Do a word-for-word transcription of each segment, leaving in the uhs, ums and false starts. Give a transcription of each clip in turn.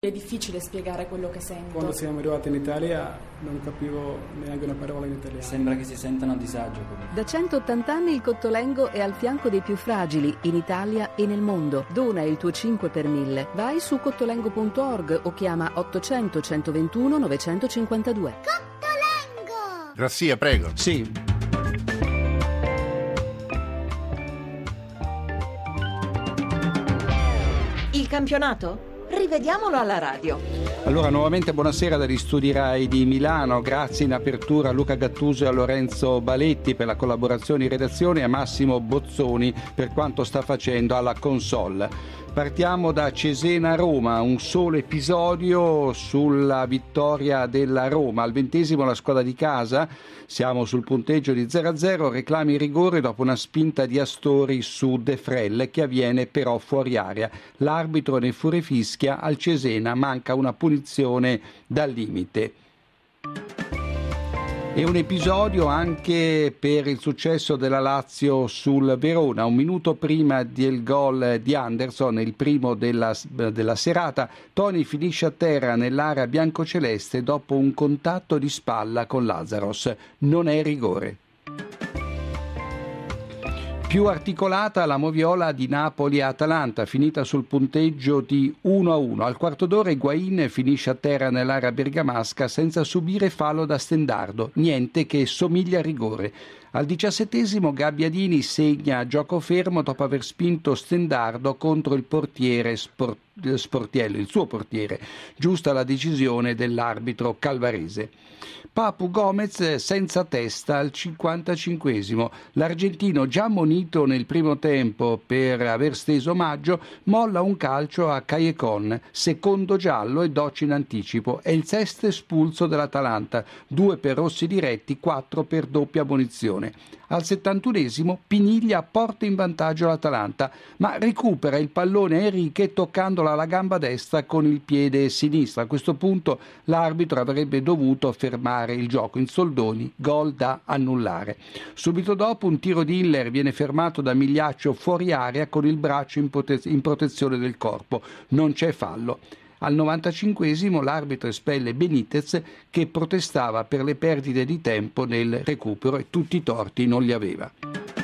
È difficile spiegare quello che sento. Quando siamo arrivati in Italia non capivo neanche una parola in italiano. Sembra che si sentano a disagio. Da centottanta anni il Cottolengo è al fianco dei più fragili in Italia e nel mondo. Dona il tuo cinque per mille. Vai su cottolengo punto org o chiama ottocento centoventuno novecentocinquantadue. Cottolengo! Rassia, prego. Sì. Il campionato? Rivediamolo alla radio. Allora, nuovamente buonasera dagli studi Rai di Milano. Grazie in apertura a Luca Gattuso e a Lorenzo Baletti per la collaborazione in redazione e a Massimo Bozzoni per quanto sta facendo alla console. Partiamo da Cesena-Roma, un solo episodio sulla vittoria della Roma. Al ventesimo la squadra di casa, siamo sul punteggio di zero a zero, reclama il rigore dopo una spinta di Astori su De Frel che avviene però fuori area. L'arbitro ne fuorifischia, al Cesena manca una punizione dal limite. E un episodio anche per il successo della Lazio sul Verona. Un minuto prima del gol di Anderson, il primo della, della serata, Toni finisce a terra nell'area biancoceleste dopo un contatto di spalla con Lazaros. Non è rigore. Più articolata la moviola di Napoli-Atalanta, finita sul punteggio di uno a uno. Al quarto d'ora Higuaín finisce a terra nell'area bergamasca senza subire fallo da Stendardo, niente che somiglia a rigore. Al diciassettesimo Gabbiadini segna a gioco fermo dopo aver spinto Stendardo contro il portiere Sport- Sportiello, il suo portiere. Giusta la decisione dell'arbitro calvarese. Papu Gomez senza testa al cinquantacinquesimo. L'argentino, già ammonito nel primo tempo per aver steso omaggio, molla un calcio a Callejon, secondo giallo e doccia in anticipo. È il sesto espulso dell'Atalanta, due per rossi diretti, quattro per doppia ammonizione. Al settantunesimo Piniglia porta in vantaggio l'Atalanta, ma recupera il pallone Enrique toccandola alla gamba destra con il piede sinistro. A questo punto l'arbitro avrebbe dovuto fermare il gioco in soldoni, gol da annullare. Subito dopo un tiro di Hiller viene fermato da Migliaccio fuori area con il braccio in, prote- in protezione del corpo. Non c'è fallo. Al novantacinquesimo l'arbitro espelle Benitez che protestava per le perdite di tempo nel recupero e tutti i torti non li aveva.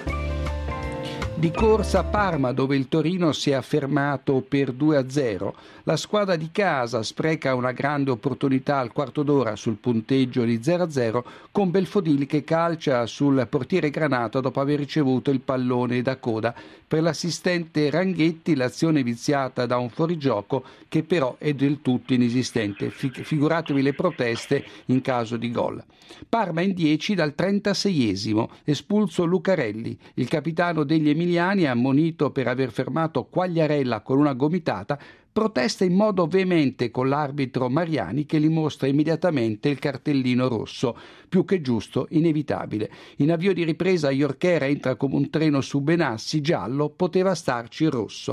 Di corsa a Parma, dove il Torino si è affermato per due a zero. La squadra di casa spreca una grande opportunità al quarto d'ora sul punteggio di zero a zero con Belfodil che calcia sul portiere Granato dopo aver ricevuto il pallone da coda. Per l'assistente Ranghetti l'azione è viziata da un fuorigioco che però è del tutto inesistente. Figuratevi le proteste in caso di gol. Parma in dieci dal trentaseiesimo, espulso Lucarelli, il capitano degli emiliani, ammonito per aver fermato Quagliarella con una gomitata, protesta in modo veemente con l'arbitro Mariani che gli mostra immediatamente il cartellino rosso, più che giusto, inevitabile. In avvio di ripresa Jorquera entra come un treno su Benassi, giallo, poteva starci il rosso.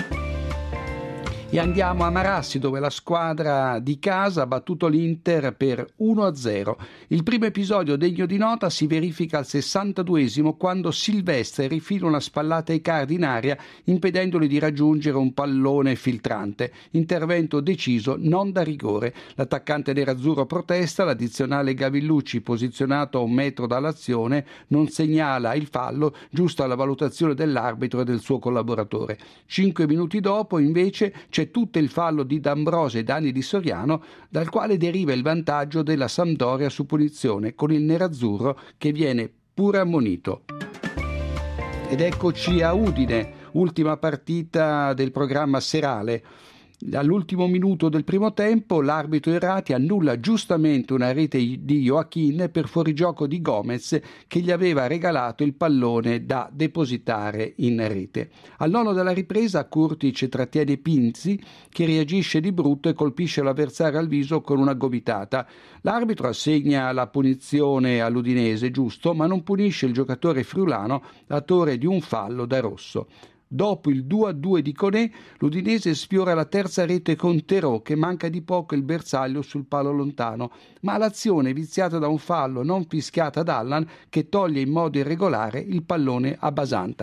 E andiamo a Marassi, dove la squadra di casa ha battuto l'Inter per uno a zero. Il primo episodio degno di nota si verifica al sessantaduesimo quando Silvestre rifila una spallata ai Icardi in aria impedendoli di raggiungere un pallone filtrante. Intervento deciso, non da rigore. L'attaccante nerazzurro protesta, l'addizionale Gavillucci, posizionato a un metro dall'azione, non segnala il fallo, giusto alla valutazione dell'arbitro e del suo collaboratore. Cinque minuti dopo, invece, c'è tutto il fallo di D'Ambrosio ai danni di Soriano, dal quale deriva il vantaggio della Sampdoria su punizione, con il nerazzurro che viene pure ammonito. Ed eccoci a Udine, ultima partita del programma serale. All'ultimo minuto del primo tempo l'arbitro Errati annulla giustamente una rete di Joachim per fuorigioco di Gomez che gli aveva regalato il pallone da depositare in rete. Al nono della ripresa Kurtic trattiene Pinzi che reagisce di brutto e colpisce l'avversario al viso con una gomitata. L'arbitro assegna la punizione all'Udinese, giusto, ma non punisce il giocatore friulano, autore di un fallo da rosso. Dopo il due a due di Conè, l'Udinese sfiora la terza rete con Terò che manca di poco il bersaglio sul palo lontano, ma l'azione è viziata da un fallo non fischiata da Allan che toglie in modo irregolare il pallone a Basanta.